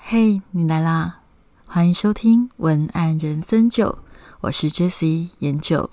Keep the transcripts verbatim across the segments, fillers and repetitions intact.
嘿，你来啦！欢迎收听文案人生九，我是 Jessie 研九。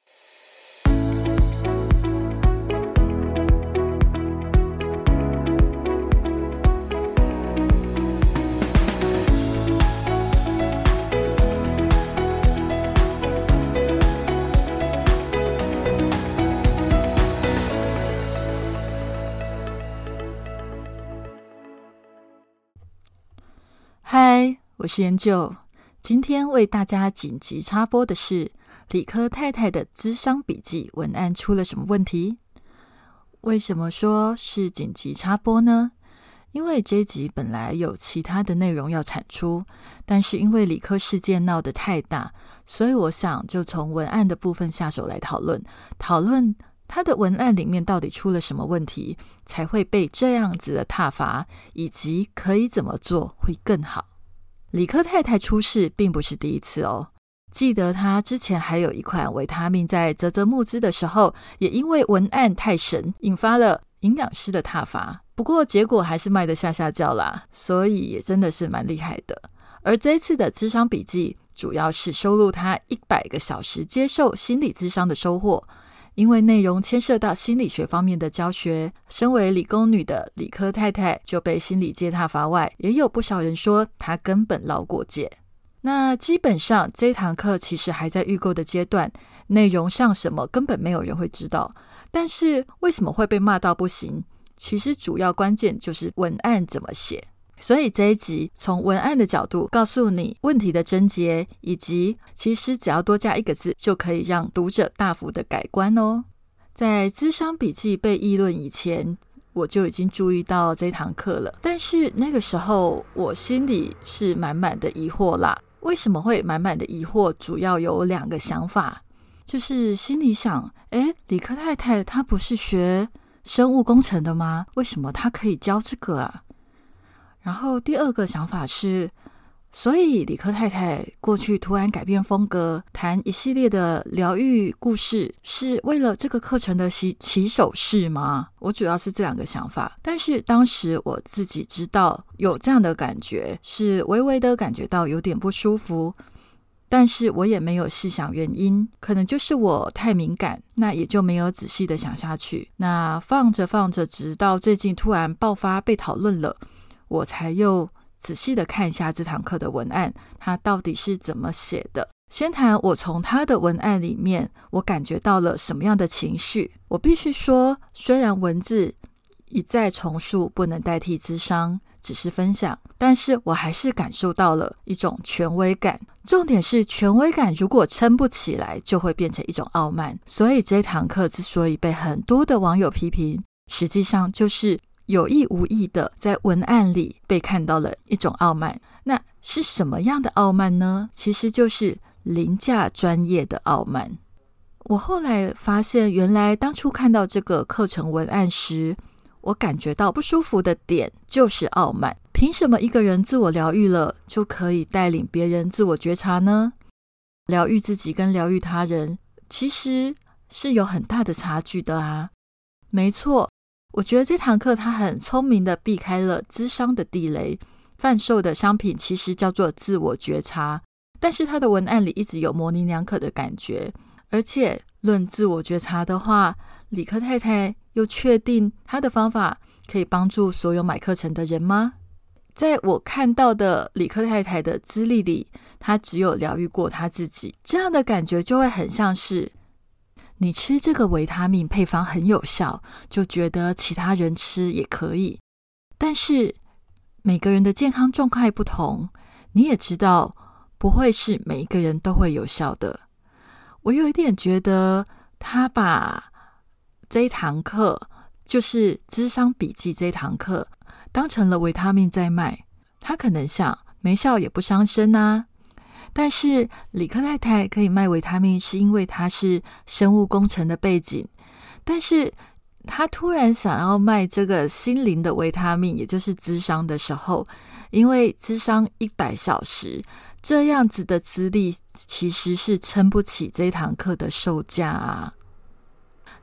嗨，我是研究。今天为大家紧急插播的是理科太太的諮商笔记文案出了什么问题？为什么说是紧急插播呢？因为这一集本来有其他的内容要产出，但是因为理科事件闹得太大，所以我想就从文案的部分下手来讨论讨论他的文案里面到底出了什么问题，才会被这样子的挞伐，以及可以怎么做会更好。理科太太出事并不是第一次哦，记得他之前还有一款维他命在啧啧募资的时候，也因为文案太神，引发了营养师的挞伐，不过结果还是卖得下下叫啦，所以也真的是蛮厉害的。而这一次的諮商笔记主要是收录他一百个小时接受心理諮商的收获，因为内容牵涉到心理学方面的教学，身为理工女的理科太太就被心理界挞伐外，也有不少人说她根本捞过界。那基本上这堂课其实还在预购的阶段，内容上什么根本没有人会知道，但是为什么会被骂到不行？其实主要关键就是文案怎么写。所以这一集从文案的角度告诉你问题的症结，以及其实只要多加一个字就可以让读者大幅的改观哦。在諮商笔记被议论以前，我就已经注意到这堂课了，但是那个时候我心里是满满的疑惑啦。为什么会满满的疑惑？主要有两个想法，就是心里想，诶，理科太太她不是学生物工程的吗？为什么她可以教这个啊？然后第二个想法是，所以理科太太过去突然改变风格，谈一系列的疗愈故事，是为了这个课程的起起手式吗？我主要是这两个想法，但是当时我自己知道有这样的感觉，是微微的感觉到有点不舒服，但是我也没有细想原因，可能就是我太敏感，那也就没有仔细的想下去。那放着放着，直到最近突然爆发被讨论了，我才又仔细的看一下这堂课的文案，它到底是怎么写的。先谈我从他的文案里面我感觉到了什么样的情绪。我必须说，虽然文字一再重述不能代替諮商，只是分享，但是我还是感受到了一种权威感。重点是权威感如果撑不起来，就会变成一种傲慢。所以这堂课之所以被很多的网友批评，实际上就是有意无意的在文案里被看到了一种傲慢。那是什么样的傲慢呢？其实就是凌驾专业的傲慢。我后来发现，原来当初看到这个课程文案时，我感觉到不舒服的点就是傲慢。凭什么一个人自我疗愈了，就可以带领别人自我觉察呢？疗愈自己跟疗愈他人其实是有很大的差距的啊。没错，我觉得这堂课他很聪明的避开了諮商的地雷，贩售的商品其实叫做自我觉察，但是他的文案里一直有模棱两可的感觉。而且论自我觉察的话，理科太太又确定他的方法可以帮助所有买课程的人吗？在我看到的理科太太的资历里，他只有疗愈过他自己，这样的感觉就会很像是你吃这个维他命配方很有效，就觉得其他人吃也可以。但是每个人的健康状态不同，你也知道不会是每一个人都会有效的。我有一点觉得他把这一堂课，就是諮商笔记这一堂课，当成了维他命在卖。他可能想没效也不伤身啊。但是理科太太可以卖维他命，是因为她是生物工程的背景，但是她突然想要卖这个心灵的维他命，也就是諮商的时候，因为諮商一百小时这样子的资历其实是撑不起这堂课的售价啊。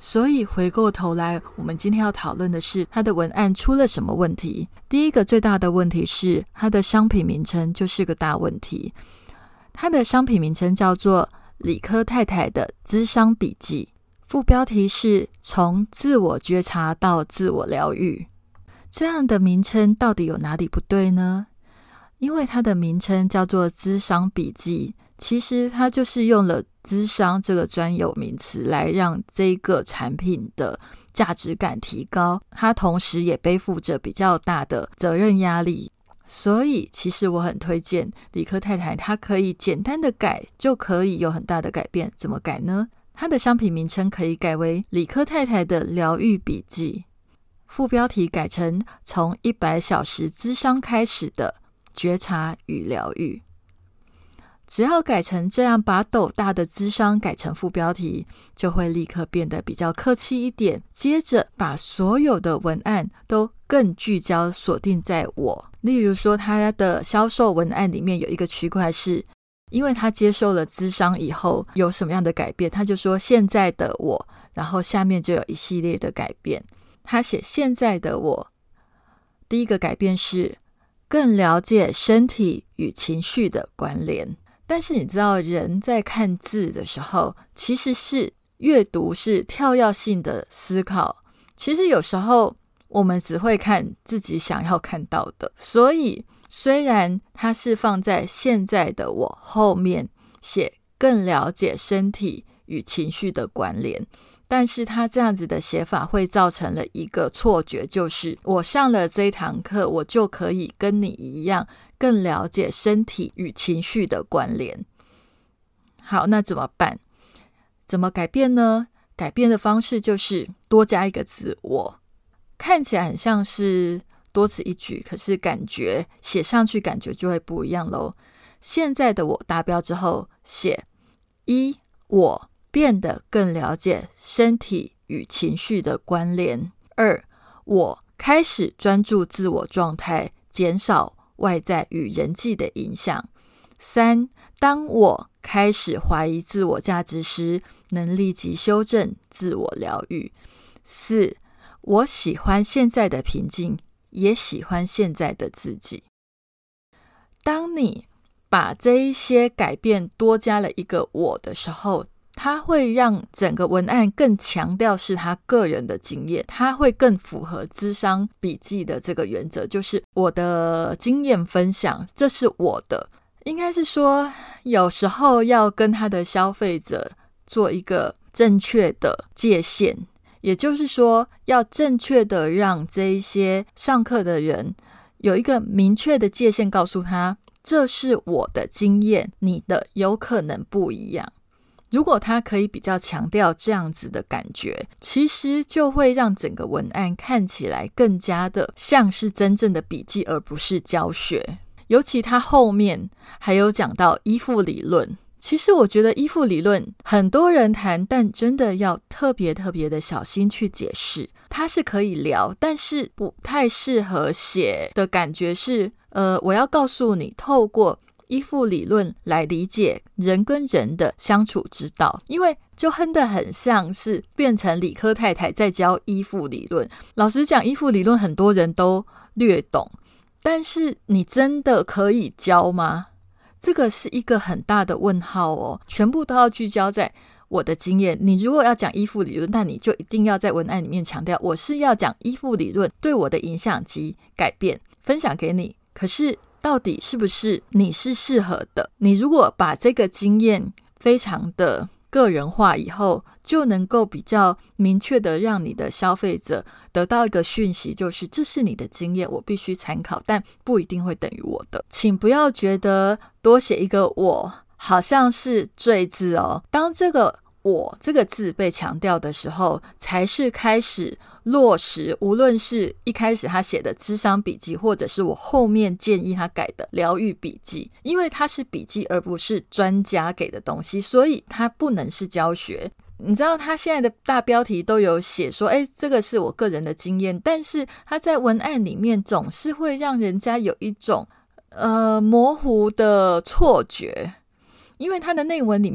所以回过头来，我们今天要讨论的是它的文案出了什么问题。第一个最大的问题是它的商品名称就是个大问题。它的商品名称叫做理科太太的咨商笔记，副标题是从自我觉察到自我疗愈。这样的名称到底有哪里不对呢？因为它的名称叫做咨商笔记，其实它就是用了咨商这个专有名词来让这个产品的价值感提高，它同时也背负着比较大的责任压力。所以其实我很推荐理科太太，它可以简单的改就可以有很大的改变。怎么改呢？它的商品名称可以改为理科太太的疗愈笔记，副标题改成从一百小时咨商开始的觉察与疗愈。只要改成这样，把斗大的咨商改成副标题，就会立刻变得比较客气一点。接着把所有的文案都更聚焦锁定在我，例如说他的销售文案里面有一个区块是因为他接受了咨商以后有什么样的改变，他就说现在的我，然后下面就有一系列的改变。他写现在的我，第一个改变是更了解身体与情绪的关联。但是你知道人在看字的时候，其实是阅读是跳跃性的思考，其实有时候我们只会看自己想要看到的。所以虽然它是放在现在的我后面写更了解身体与情绪的关联，但是他这样子的写法会造成了一个错觉，就是我上了这堂课，我就可以跟你一样更了解身体与情绪的关联。好，那怎么办？怎么改变呢？改变的方式就是多加一个字我，看起来很像是多此一举，可是感觉写上去感觉就会不一样咯。现在的我达标之后写一我变得更了解身体与情绪的关联。二我开始专注自我状态，减少外在与人际的影响。三当我开始怀疑自我价值时，能立即修正自我疗愈。四我喜欢现在的平静，也喜欢现在的自己。当你把这一些改变多加了一个我的时候，它会让整个文案更强调是他个人的经验，它会更符合咨商笔记的这个原则，就是我的经验分享，这是我的。应该是说有时候要跟他的消费者做一个正确的界限，也就是说要正确的让这一些上课的人有一个明确的界限，告诉他这是我的经验，你的有可能不一样。如果他可以比较强调这样子的感觉，其实就会让整个文案看起来更加的像是真正的笔记，而不是教学。尤其他后面还有讲到依附理论，其实我觉得依附理论很多人谈，但真的要特别特别的小心去解释。它是可以聊，但是不太适合写的感觉是呃，我要告诉你透过依附理论来理解人跟人的相处之道，因为就哼得很像是变成理科太太在教依附理论。老实讲，依附理论很多人都略懂，但是你真的可以教吗？这个是一个很大的问号哦，全部都要聚焦在我的经验。你如果要讲依附理论，那你就一定要在文案里面强调我是要讲依附理论对我的影响及改变分享给你，可是到底是不是你是适合的？你如果把这个经验非常的个人化以后，就能够比较明确的让你的消费者得到一个讯息，就是这是你的经验，我必须参考，但不一定会等于我的。请不要觉得多写一个我好像是赘字哦，当这个我这个字被强调的时候，才是开始落实，无论是一开始他写的諮商笔记，或者是我后面建议他改的疗愈笔记，因为它是笔记而不是专家给的东西，所以它不能是教学。你知道他现在的大标题都有写说诶，这个是我个人的经验，但是他在文案里面总是会让人家有一种呃模糊的错觉，因为他的内文里面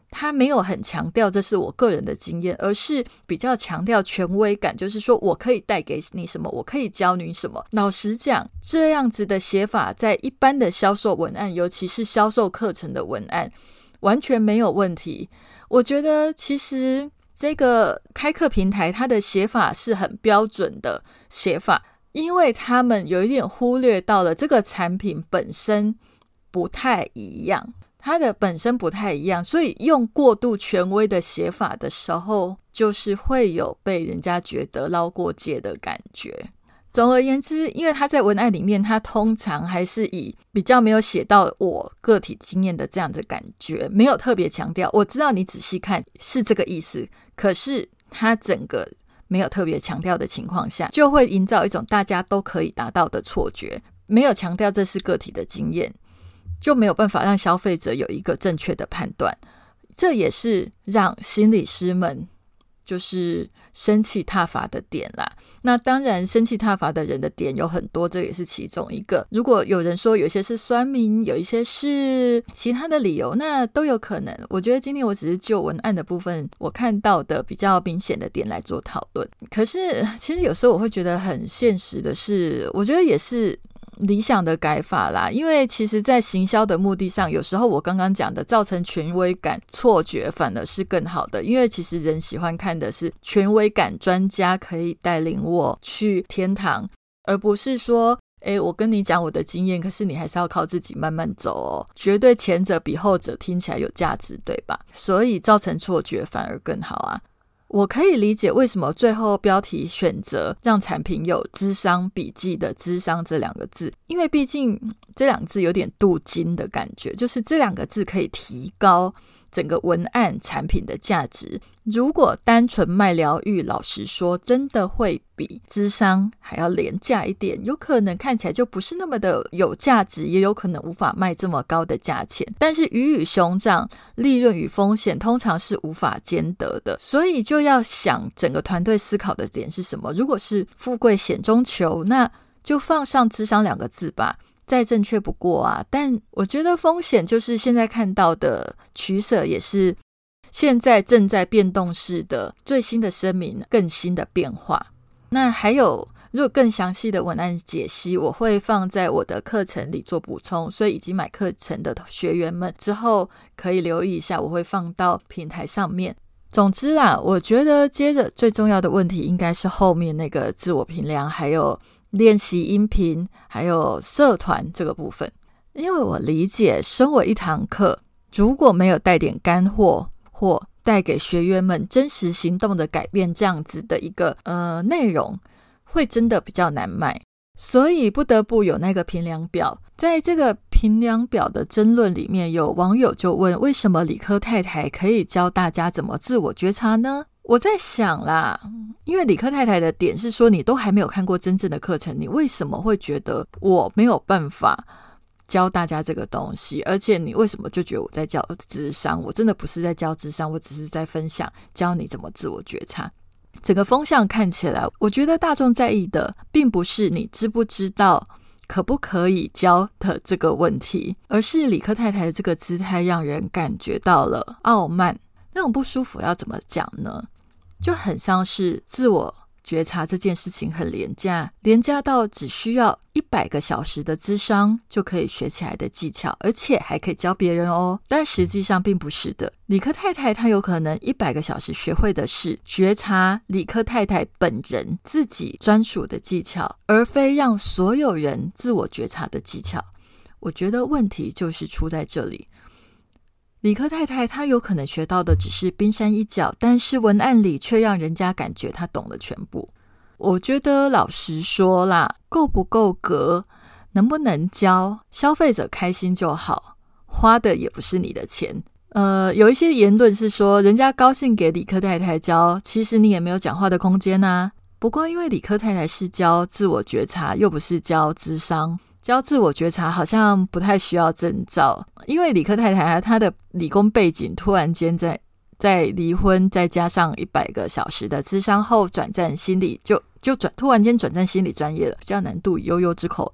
他没有很强调这是我个人的经验，而是比较强调权威感，就是说我可以带给你什么，我可以教你什么。老实讲，这样子的写法在一般的销售文案，尤其是销售课程的文案，完全没有问题。我觉得其实这个开课平台它的写法是很标准的写法，因为他们有一点忽略到了这个产品本身不太一样，它的本身不太一样，所以用过度权威的写法的时候，就是会有被人家觉得捞过界的感觉。总而言之，因为他在文案里面，他通常还是以比较没有写到我个体经验的这样的感觉，没有特别强调。我知道你仔细看是这个意思，可是他整个没有特别强调的情况下，就会营造一种大家都可以达到的错觉。没有强调这是个体的经验，就没有办法让消费者有一个正确的判断。这也是让心理师们就是生气挞伐的点啦。那当然生气挞伐的人的点有很多，这也是其中一个。如果有人说有些是酸民，有一些是其他的理由，那都有可能。我觉得今天我只是就文案的部分我看到的比较明显的点来做讨论。可是其实有时候我会觉得很现实的是，我觉得也是理想的改法啦，因为其实在行销的目的上，有时候我刚刚讲的造成权威感错觉反而是更好的，因为其实人喜欢看的是权威感专家可以带领我去天堂，而不是说诶我跟你讲我的经验，可是你还是要靠自己慢慢走哦，绝对前者比后者听起来有价值，对吧？所以造成错觉反而更好啊。我可以理解为什么最后标题选择让产品有諮商笔记的諮商这两个字，因为毕竟这两个字有点镀金的感觉，就是这两个字可以提高整个文案产品的价值。如果单纯卖疗愈，老实说真的会比諮商还要廉价一点，有可能看起来就不是那么的有价值，也有可能无法卖这么高的价钱。但是鱼与熊掌，利润与风险通常是无法兼得的，所以就要想整个团队思考的点是什么。如果是富贵险中求，那就放上諮商两个字吧，再正确不过啊。但我觉得风险就是现在看到的取舍，也是现在正在变动式的最新的声明，更新的变化。那还有如果更详细的文案解析，我会放在我的课程里做补充，所以已经买课程的学员们之后可以留意一下，我会放到平台上面。总之啦，我觉得接着最重要的问题应该是后面那个自我评量，还有练习音频，还有社团这个部分。因为我理解身为一堂课，如果没有带点干货或带给学员们真实行动的改变，这样子的一个呃内容，会真的比较难卖，所以不得不有那个评量表。在这个评量表的争论里面，有网友就问，为什么理科太太可以教大家怎么自我觉察呢？我在想啦，因为理科太太的点是说，你都还没有看过真正的课程，你为什么会觉得我没有办法教大家这个东西？而且你为什么就觉得我在教諮商？我真的不是在教諮商，我只是在分享教你怎么自我觉察。整个风向看起来，我觉得大众在意的并不是你知不知道可不可以教的这个问题，而是理科太太的这个姿态让人感觉到了傲慢。那种不舒服要怎么讲呢？就很像是自我觉察这件事情很廉价，廉价到只需要一百个小时的諮商就可以学起来的技巧，而且还可以教别人哦。但实际上并不是的，理科太太她有可能一百个小时学会的是觉察理科太太本人自己专属的技巧，而非让所有人自我觉察的技巧。我觉得问题就是出在这里。理科太太她有可能学到的只是冰山一角，但是文案里却让人家感觉她懂了全部。我觉得老实说啦，够不够格，能不能教，消费者开心就好，花的也不是你的钱。呃，有一些言论是说，人家高兴给理科太太教，其实你也没有讲话的空间啊。不过因为理科太太是教自我觉察，又不是教諮商，教自我觉察好像不太需要证照，因为理科太太她的理工背景突然间在在离婚，再加上一百个小时的諮商后转战心理，就就转突然间转战心理专业了，比较难度悠悠之口啦。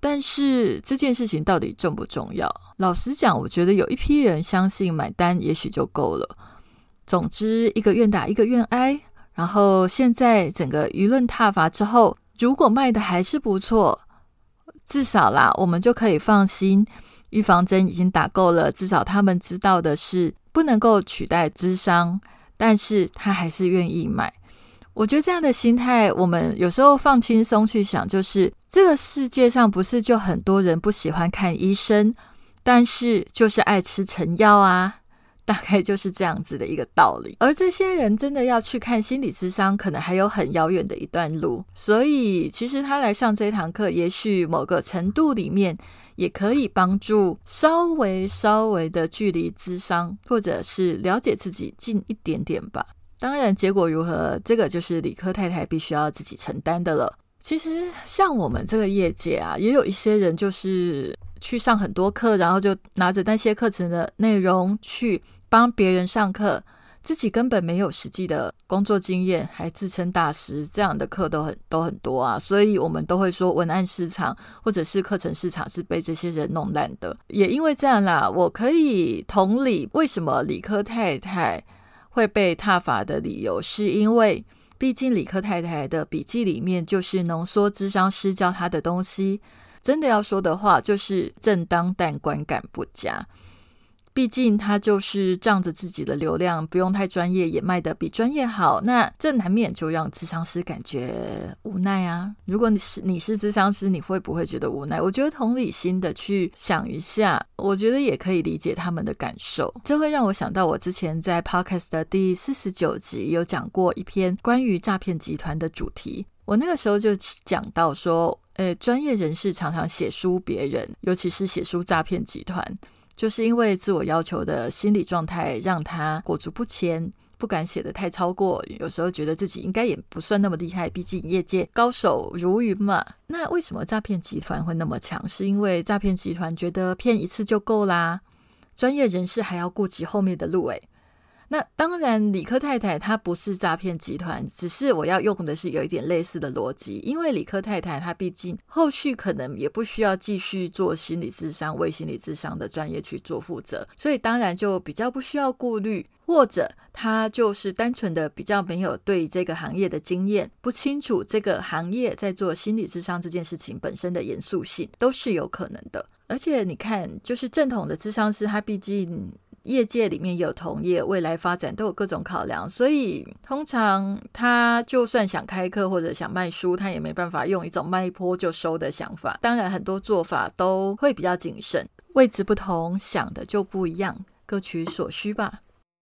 但是这件事情到底重不重要？老实讲，我觉得有一批人相信买单也许就够了。总之，一个愿打一个愿挨。然后现在整个舆论挞伐之后，如果卖的还是不错，至少啦，我们就可以放心，预防针已经打够了，至少他们知道的是不能够取代諮商，但是他还是愿意买。我觉得这样的心态，我们有时候放轻松去想，就是这个世界上不是就很多人不喜欢看医生，但是就是爱吃成药啊，大概就是这样子的一个道理。而这些人真的要去看心理咨商，可能还有很遥远的一段路，所以其实他来上这堂课，也许某个程度里面也可以帮助稍微稍微的距离咨商，或者是了解自己近一点点吧。当然结果如何，这个就是理科太太必须要自己承担的了。其实像我们这个业界啊，也有一些人就是去上很多课，然后就拿着那些课程的内容去帮别人上课，自己根本没有实际的工作经验，还自称大师，这样的课都很都很多啊。所以我们都会说文案市场或者是课程市场是被这些人弄烂的。也因为这样啦，我可以同理为什么理科太太会被挞伐的理由，是因为毕竟理科太太的笔记里面就是浓缩諮商师教她的东西，真的要说的话就是正当但观感不佳。毕竟他就是仗着自己的流量不用太专业，也卖得比专业好，那这难免就让諮商师感觉无奈啊。如果你是你是諮商师，你会不会觉得无奈？我觉得同理心的去想一下，我觉得也可以理解他们的感受。这会让我想到我之前在 Podcast 的第四十九集有讲过一篇关于诈骗集团的主题，我那个时候就讲到说呃，专业人士常常写书别人，尤其是写书诈骗集团，就是因为自我要求的心理状态让他裹足不前，不敢写得太超过，有时候觉得自己应该也不算那么厉害，毕竟业界高手如云嘛。那为什么诈骗集团会那么强？是因为诈骗集团觉得骗一次就够啦，专业人士还要顾及后面的路诶。那当然理科太太她不是诈骗集团，只是我要用的是有一点类似的逻辑，因为理科太太她毕竟后续可能也不需要继续做心理咨商，为心理咨商的专业去做负责，所以当然就比较不需要顾虑，或者她就是单纯的比较没有对这个行业的经验，不清楚这个行业在做心理咨商这件事情本身的严肃性，都是有可能的。而且你看，就是正统的咨商师，他毕竟业界里面有同业，未来发展都有各种考量，所以通常他就算想开课或者想卖书，他也没办法用一种卖一波就收的想法。当然很多做法都会比较谨慎，位置不同，想的就不一样，各取所需吧。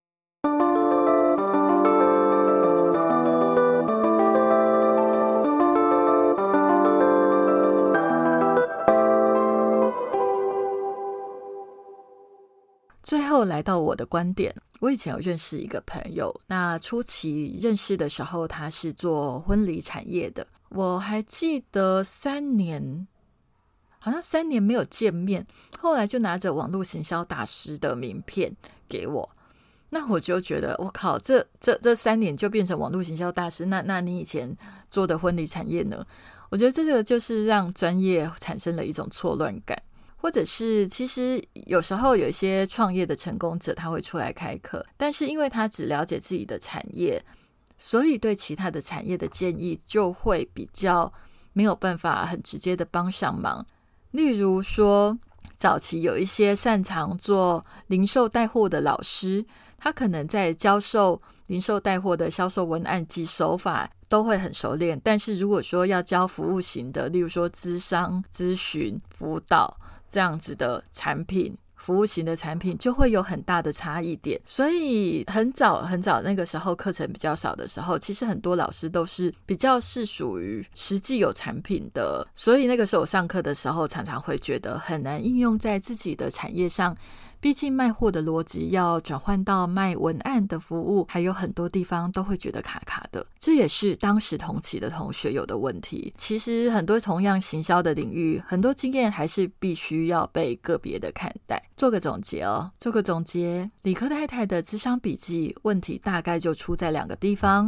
最后来到我的观点，我以前有认识一个朋友，那初期认识的时候他是做婚礼产业的，我还记得三年好像三年没有见面，后来就拿着网络行销大师的名片给我，那我就觉得我靠，这这这三年就变成网络行销大师，那那你以前做的婚礼产业呢？我觉得这个就是让专业产生了一种错乱感。或者是其实有时候有一些创业的成功者他会出来开课，但是因为他只了解自己的产业，所以对其他的产业的建议就会比较没有办法很直接的帮上忙。例如说早期有一些擅长做零售带货的老师，他可能在教授零售带货的销售文案及手法都会很熟练，但是如果说要教服务型的，例如说諮商、咨询、辅导这样子的产品，服务型的产品就会有很大的差异点。所以很早很早那个时候课程比较少的时候，其实很多老师都是比较是属于实际有产品的，所以那个时候上课的时候常常会觉得很难应用在自己的产业上，毕竟卖货的逻辑要转换到卖文案的服务，还有很多地方都会觉得卡卡的，这也是当时同期的同学有的问题。其实很多同样行销的领域，很多经验还是必须要被个别的看待。做个总结哦，做个总结，理科太太的諮商笔记问题大概就出在两个地方。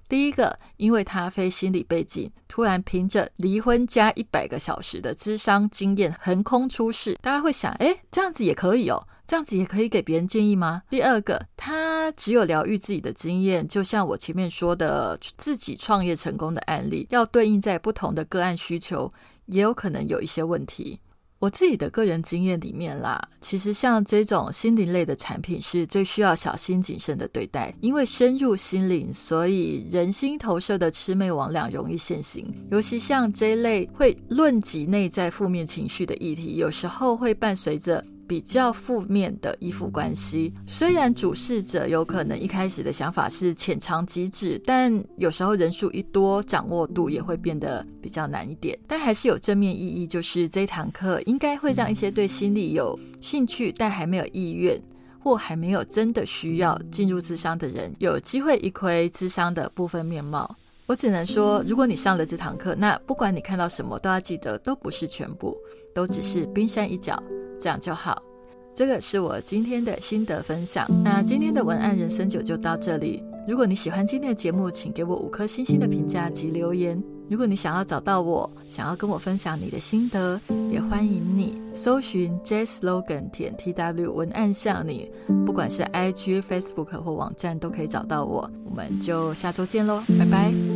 第一个，因为他非心理背景，突然凭着离婚加一百个小时的諮商经验横空出世，大家会想，诶，这样子也可以哦，这样子也可以给别人建议吗？第二个，他只有疗愈自己的经验，就像我前面说的自己创业成功的案例，要对应在不同的个案需求，也有可能有一些问题。我自己的个人经验里面啦，其实像这种心灵类的产品是最需要小心谨慎的对待，因为深入心灵，所以人心投射的魑魅魍魉容易现形。尤其像这一类会论及内在负面情绪的议题，有时候会伴随着比较负面的依附关系。虽然主事者有可能一开始的想法是浅尝即止，但有时候人数一多，掌握度也会变得比较难一点。但还是有正面意义，就是这堂课应该会让一些对心理有兴趣但还没有意愿，或还没有真的需要进入諮商的人，有机会一窥諮商的部分面貌。我只能说，如果你上了这堂课，那不管你看到什么，都要记得都不是全部，都只是冰山一角，这样就好。这个是我今天的心得分享。那今天的文案人生九就到这里。如果你喜欢今天的节目，请给我五颗星星的评价及留言。如果你想要找到我，想要跟我分享你的心得，也欢迎你搜寻 J Slogan 点 T W 文案向你，不管是 I G、Facebook 或网站都可以找到我。我们就下周见咯，拜拜。